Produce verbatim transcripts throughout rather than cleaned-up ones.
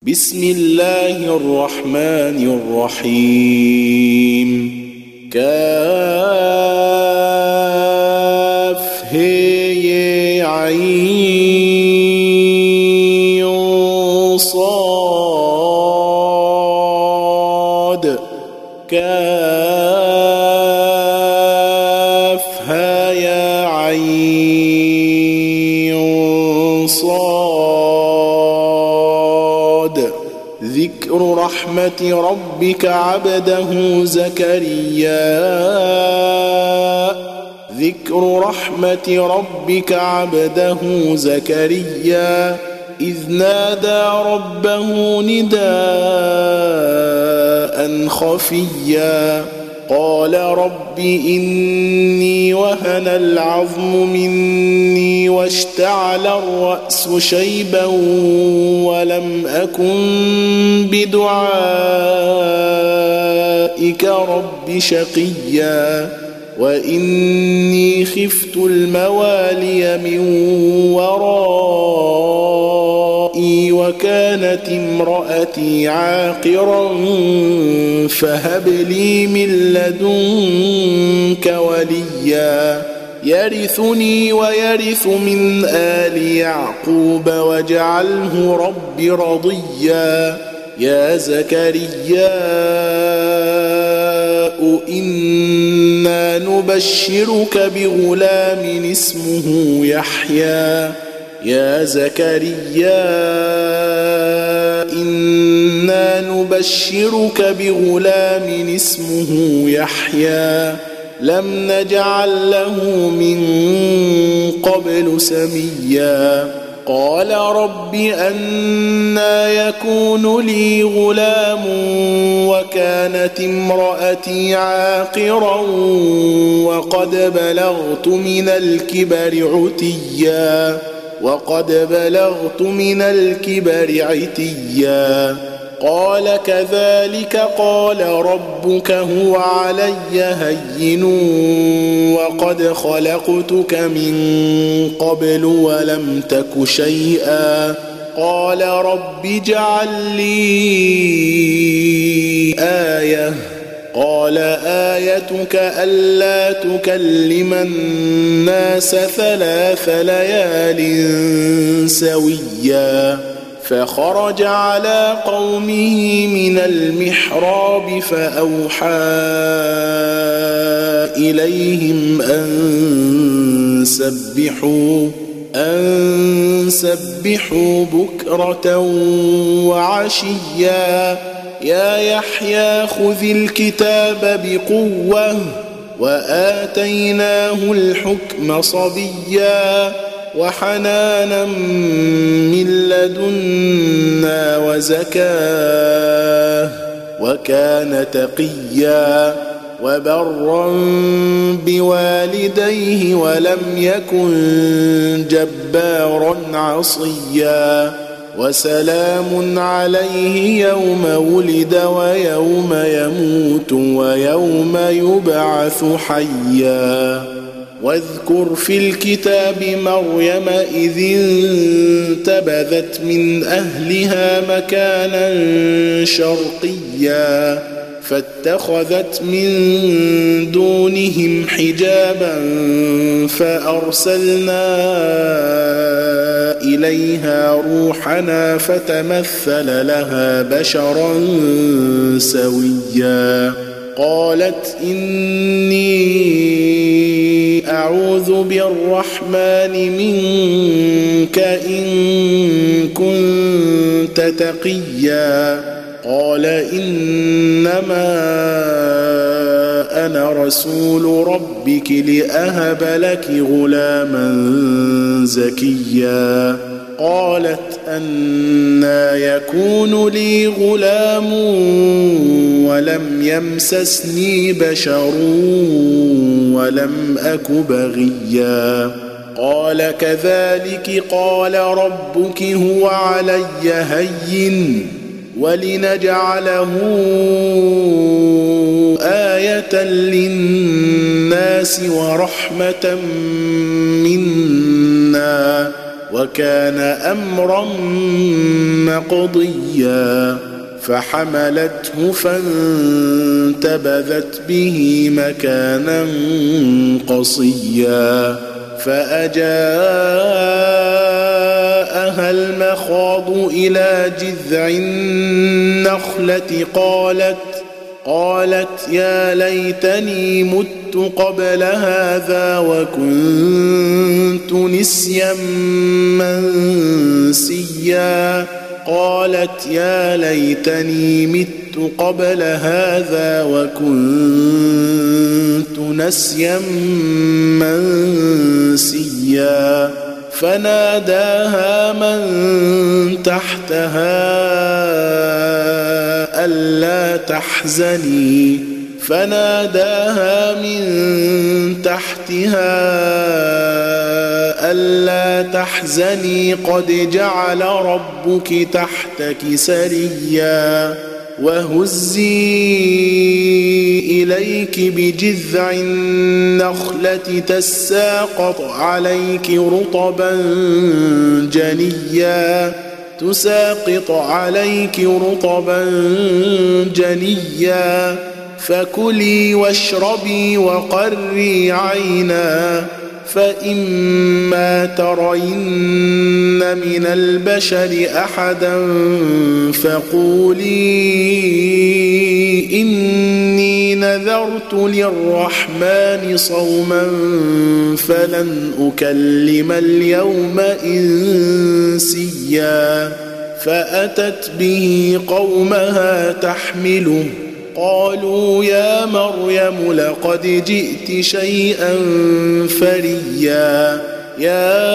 بسم الله الرحمن الرحيم كاف هي عين صاد كاف هيا عين صاد ذكر رحمة ربك عبده زكريا ذكر رحمة ربك عبده زكريا إذ نادى ربه نداء خفيا قال رب إني وهن العظم مني واشتعل الرأس شيبا ولم أكن بدعائك رب شقيا وإني خفت الموالي من ورائي وكانت امرأتي عاقرا فهب لي من لدنك وليا يرثني ويرث من آل يعقوب واجعله رب رضيا يا زكريا إنا نبشرك بغلام اسمه يحيى يا زكريا إنا نبشرك بغلام اسمه يحيى لم نجعل له من قبل سميا قال رب أنى يكون لي غلام وكانت امرأتي عاقرا وقد بلغت من الكبر عتيا وقد بلغت من الكبر عتيا قال كذلك قال ربك هو علي هين وقد خلقتك من قبل ولم تك شيئا قال رب اجعل لي آية قال آيتك ألا تكلم الناس ثلاث ليال سويا فخرج على قومه من المحراب فأوحى إليهم أن سبحوا أن سبحوا بكرة وعشيا يا يحيى خذ الكتاب بقوة وآتيناه الحكم صبيا وحنانا من لدنا وزكاه وكان تقيا وبرا بوالديه ولم يكن جبارا عصيا وسلام عليه يوم ولد ويوم يموت ويوم يبعث حيا واذكر في الكتاب مريم إذ انتبذت من أهلها مكانا شرقيا فاتخذت من دونهم حجابا فأرسلنا إليها روحنا فتمثل لها بشرا سويا قالت إني أعوذ بالرحمن منك إن كنت تقيا قال إنما أنا رسول ربك لأهب لك غلاما زكيا قالت أنى يكون لي غلام ولم يمسسني بشر ولم أك بغيا قال كذلك قال ربك هو علي هين ولنجعله آية للناس ورحمة منا وكان أمرا مقضيا فحملته فانتبذت به مكانا قصيا فأجاءها المخاض إلى جذع النخلة قالت قالت يا ليتني مت قبل هذا وكنت نسيا منسيا قالت يا ليتني مت قبل هذا وكنت نسيا منسيا فناداها من تحتها ألا تحزني فناداها من تحتها ألا تحزني قد جعل ربك تحتك سريا وهزي إليك بجذع النخلة تساقط عليك رطبا جنيا تساقط عليك رطبا جنيا فكلي واشربي وقري عينا فإما ترين من البشر أحدا فقولي إني نذرت للرحمن صوما فلن أكلم اليوم إنسيا فأتت به قومها تحمله قالوا يا مريم لقد جئت شيئا فريا يا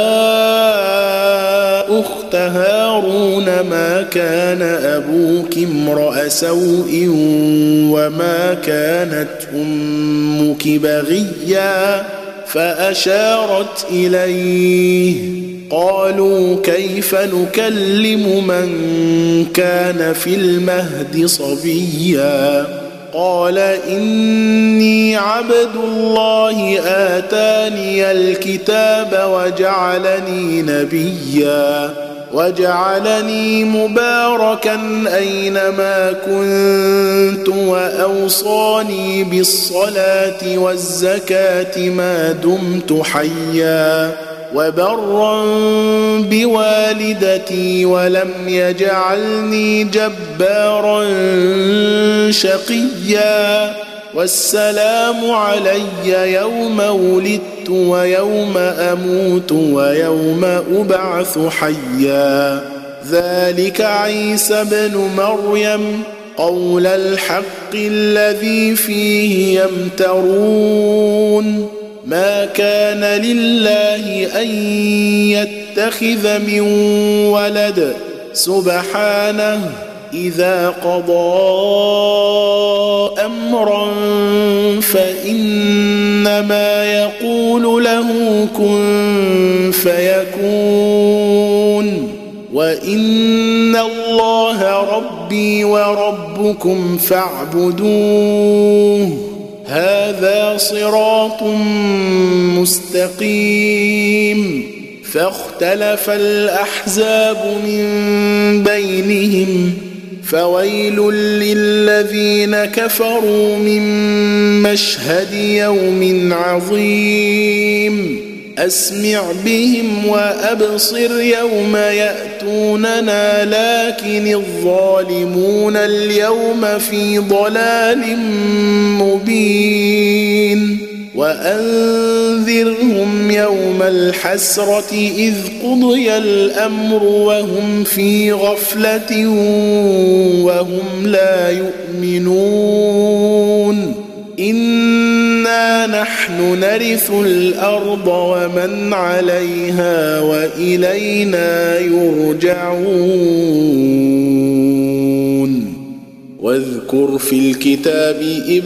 أخت هارون ما كان أبوك امرأ سوء وما كانت أمك بغيا فأشارت إليه قالوا كيف نكلم من كان في المهد صبيا قال إني عبد الله آتاني الكتاب وجعلني نبيا وجعلني مباركا أينما كنت وأوصاني بالصلاة والزكاة ما دمت حيا وبرا بوالدتي ولم يجعلني جبارا شقيا والسلام علي يوم ولدت ويوم أموت ويوم أبعث حيا ذلك عيسى بن مريم قول الحق الذي فيه يمترون ما كان لله أن يتخذ من ولد سبحانه إذا قضى أمرا فإنما يقول له كن فيكون وإن الله ربي وربكم فاعبدوه هذا صراط مستقيم فاختلف الأحزاب من بينهم فويل للذين كفروا من مشهد يوم عظيم أسمع بهم وأبصر يوم يأتوننا لكن الظالمون اليوم في ضلال مبين وأنذرهم يوم الحسرة إذ قضي الأمر وهم في غفلة وهم لا يؤمنون إنا نحن نرث الأرض ومن عليها وإلينا يرجعون واذكر في الكتاب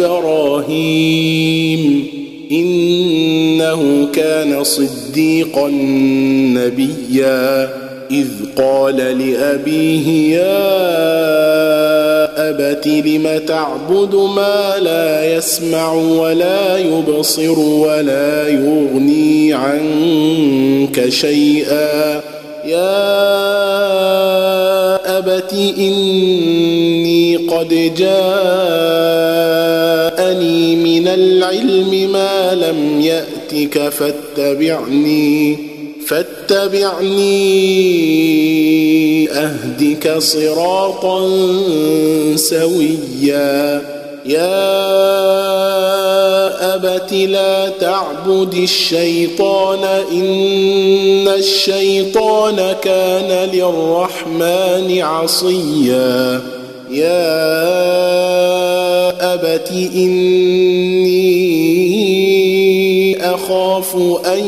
إبراهيم إنه كان صديقا نبيا إذ قال لأبيه يا أبت لم تعبد ما لا يسمع ولا يبصر ولا يغني عنك شيئا يا أبت إني قد جاءني من العلم ما لم يأتك فاتبعني فاتبعني أهدك صراطا سويا يا أبت لا تعبد الشيطان إن الشيطان كان للرحمن عصيا يا أبت إني أخاف أن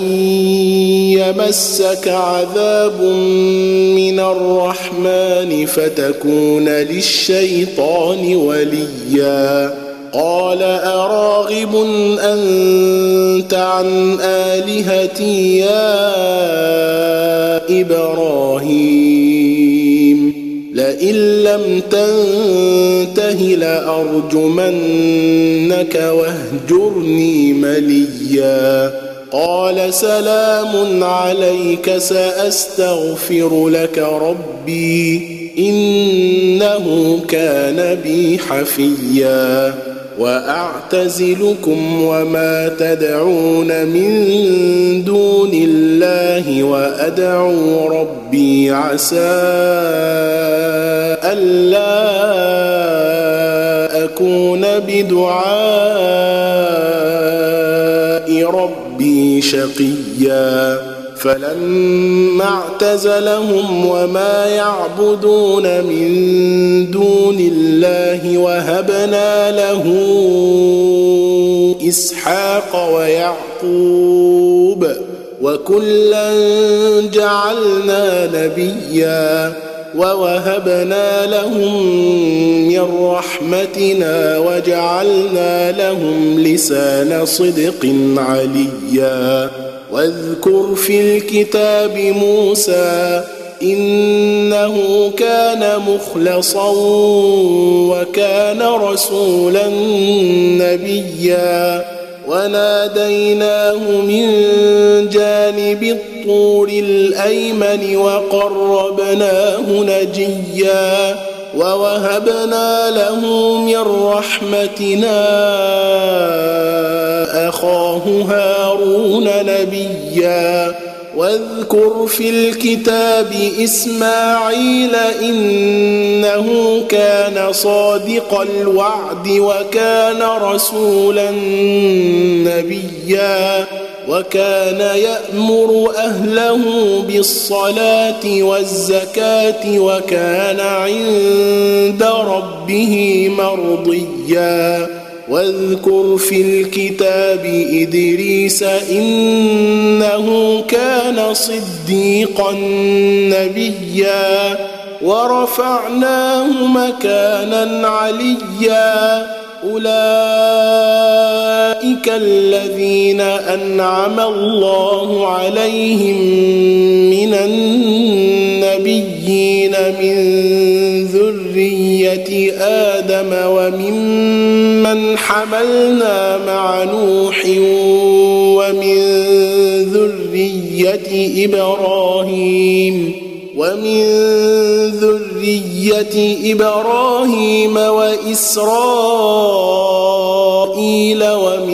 يمسك عذاب من الرحمن فتكون للشيطان وليا قال أراغب أنت عن آلهتي يا إبراهيم لئن لم تنته لأرجمنك واهجرني مليا قال سلام عليك سأستغفر لك ربي إنه كان بي حفيا وأعتزلكم وما تدعون من دون الله وأدعو ربي عسى ألا أكون بدعاء ربي شقيا فلما اعتزلهم وما يعبدون من دون الله وهبنا له إسحاق ويعقوب وكلا جعلنا نبيا ووهبنا لهم من رحمتنا وجعلنا لهم لسان صدق عليا واذكر في الكتاب موسى إنه كان مخلصا وكان رسولا نبيا وناديناه من جانب الطور الأيمن وقربناه نجيا ووهبنا له من رحمتنا أخاه هارون نبيا واذكر في الكتاب إسماعيل إنه كان صادق الوعد وكان رسولا نبيا وكان يأمر أهله بالصلاة والزكاة وكان عند ربه مرضيا واذكر في الكتاب إدريس إنه كان صديقا نبيا ورفعناه مكانا عليا أولئك الذين أنعم الله عليهم من النبيين من ذرية آدم وممن حملنا مع نوح ومن ذرية إبراهيم ومن ذرية إبراهيم وإسرائيل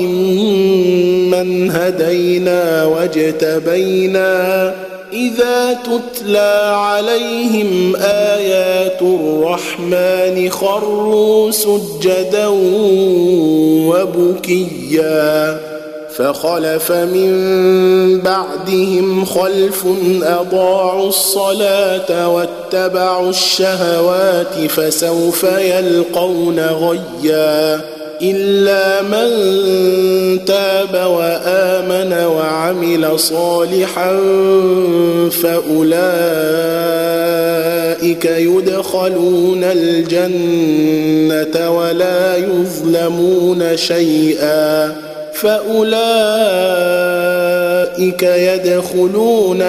وممن هدينا واجتبينا إذا تتلى عليهم آيات الرحمن خروا سجدا وبكيا فخلف من بعدهم خلف أضاعوا الصلاة واتبعوا الشهوات فسوف يلقون غيا إلا من تاب وآمن وعمل صالحا فأولئك يدخلون الجنة ولا يظلمون شيئا فأولئك يدخلون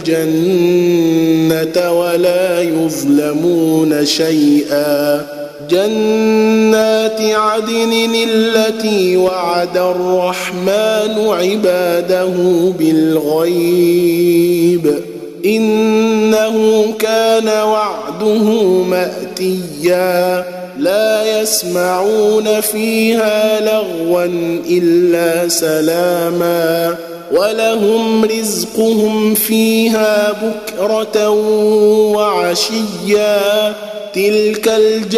الجنة ولا يظلمون شيئا جنات عدن التي وعد الرحمن عباده بالغيب إن إنه كان وعده مأتيا لا يسمعون فيها لغوا إلا سلاما ولهم رزقهم فيها بكرة وعشيا تلك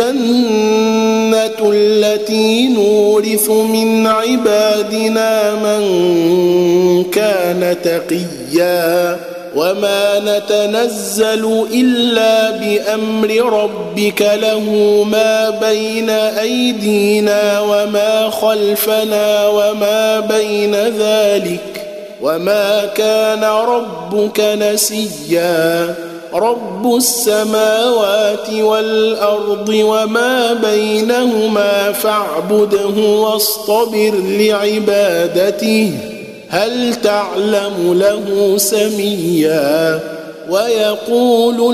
الجنة التي نورث من عبادنا من كان تقيا وما نتنزل إلا بأمر ربك له ما بين أيدينا وما خلفنا وما بين ذلك وما كان ربك نسيا رب السماوات والأرض وما بينهما فاعبده واصطبر لعبادته هل تعلم له سميا ويقول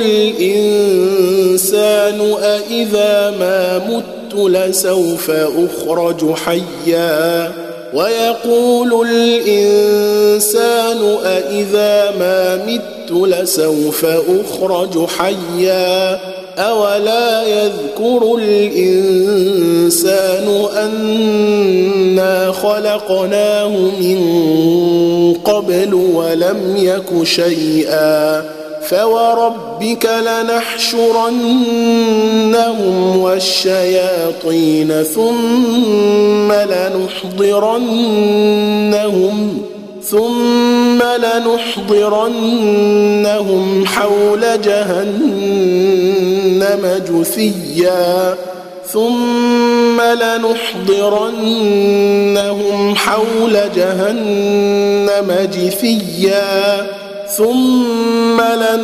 الإنسان أإذا ما مت لسوف أخرج حيا ويقول الإنسان أإذا ما مت لسوف أخرج حيا أولا يذكر الإنسان أنا خلقناه من قبل ولم يك شيئا فوربك لنحشرنهم والشياطين ثم لنحضرنهم ثم لنحضرنهم حول جهنم جثيا ثم لنحضرنهم حول جهنم جثيا ثم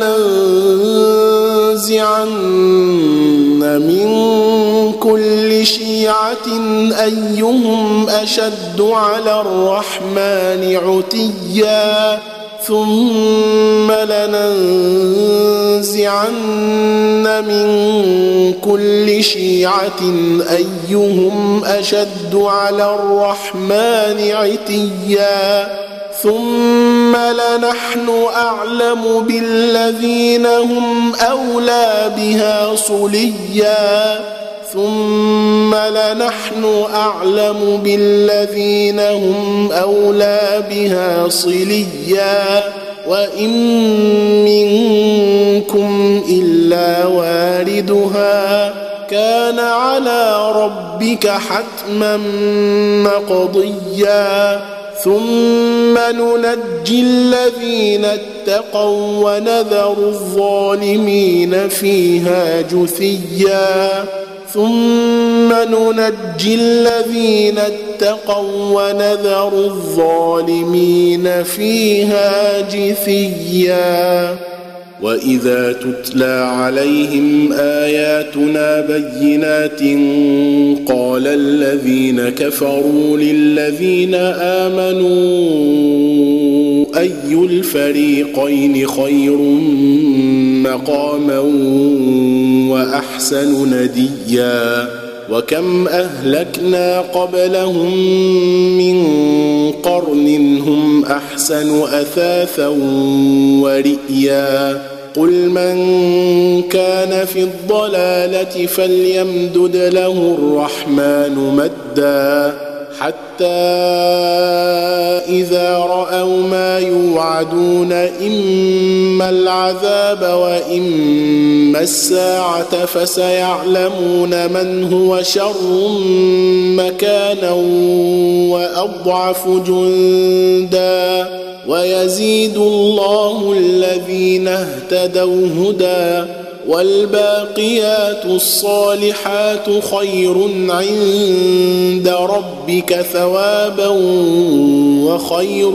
لننزعن من كل شيعة أيهم أشد على الرحمن عتيا ثم لننزعن من كل شيعة أيهم أشد على الرحمن عتيا ثم لنحن أعلم بالذين هم أولى بها صليا ثم لنحن أعلم بالذين هم أولى بها صليا وإن منكم إلا واردها كان على ربك حتما مقضيا ثم ننجي الذين اتقوا ونذر الظالمين فيها جثيا ثم ننجي الذين اتقوا ونذر الظالمين فيها جثيا وإذا تتلى عليهم آياتنا بينات قال الذين كفروا للذين آمنوا أي الفريقين خير مقاما وأحسن نديا وكم أهلكنا قبلهم من قرن هم أحسن أثاثا ورئيا قل من كان في الضلالة فليمدد له الرحمن مدا حتى إذا رأوا ما يوعدون إما العذاب وإما الساعة فسيعلمون من هو شر مكانا وأضعف جندا ويزيد الله الذين اهتدوا هدى والباقيات الصالحات خير عند ربك ثوابا وخير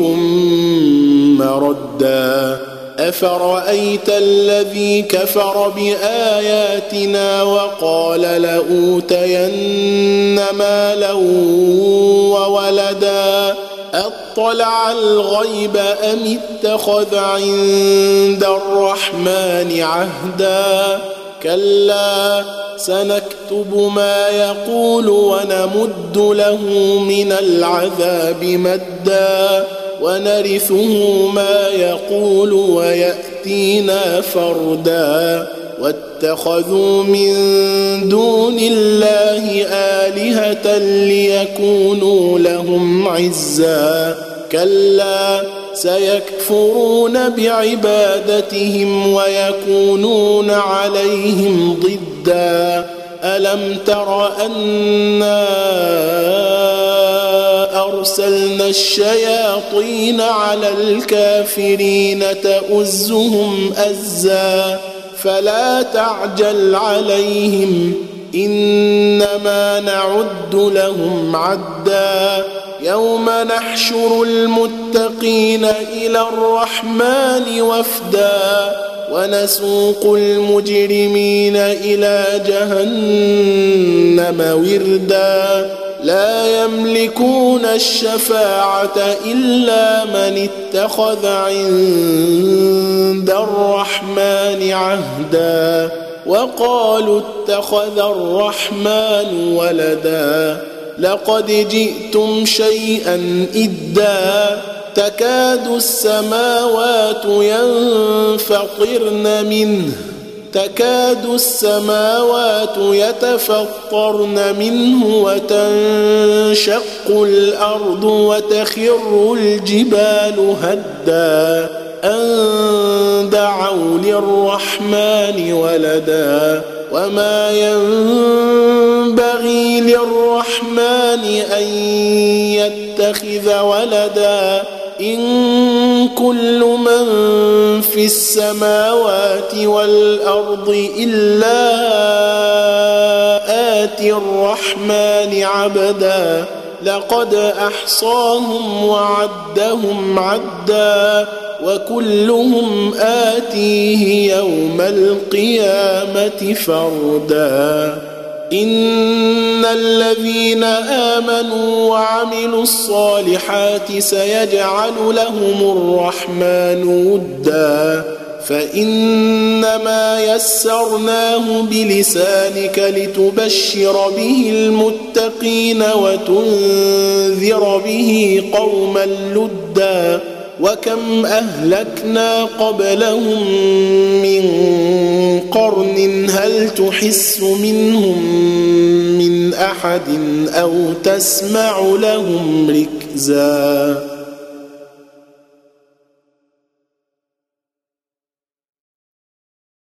مردا أفرأيت الذي كفر بآياتنا وقال لأوتين مالا وولدا أطلع الغيب أم اتخذ عند الرحمن عهدا كلا سنكتب ما يقول ونمد له من العذاب مدا ونرثه ما يقول ويأتينا فردا واتخذوا من دون الله آلهة ليكونوا لهم عزا كلا سيكفرون بعبادتهم ويكونون عليهم ضدا ألم تر أنا أرسلنا الشياطين على الكافرين تؤزهم أزا فلا تعجل عليهم إنما نعد لهم عدا يوم نحشر المتقين إلى الرحمن وفدا ونسوق المجرمين إلى جهنم وردا لا يملكون الشفاعة إلا من اتخذ عند الرحمن عهدا وقالوا اتخذ الرحمن ولدا لقد جئتم شيئا إدا تكاد السماوات ينفطرن منه تكاد السماوات يتفطرن منه وتنشق الأرض وتخر الجبال هدا أن دعوا للرحمن ولدا وما ينبغي للرحمن أن يتخذ ولدا إن كل من في السماوات والأرض إلا آتي الرحمن عبدا لقد أحصاهم وعدهم عدا وكلهم آتيه يوم القيامة فردا إن الذين آمنوا وعملوا الصالحات سيجعل لهم الرحمن ودا فإنما يسرناه بلسانك لتبشر به المتقين وتنذر به قوما لدا وكم أهلكنا قبلهم من قرن هل تحس منهم من أحد أو تسمع لهم ركزا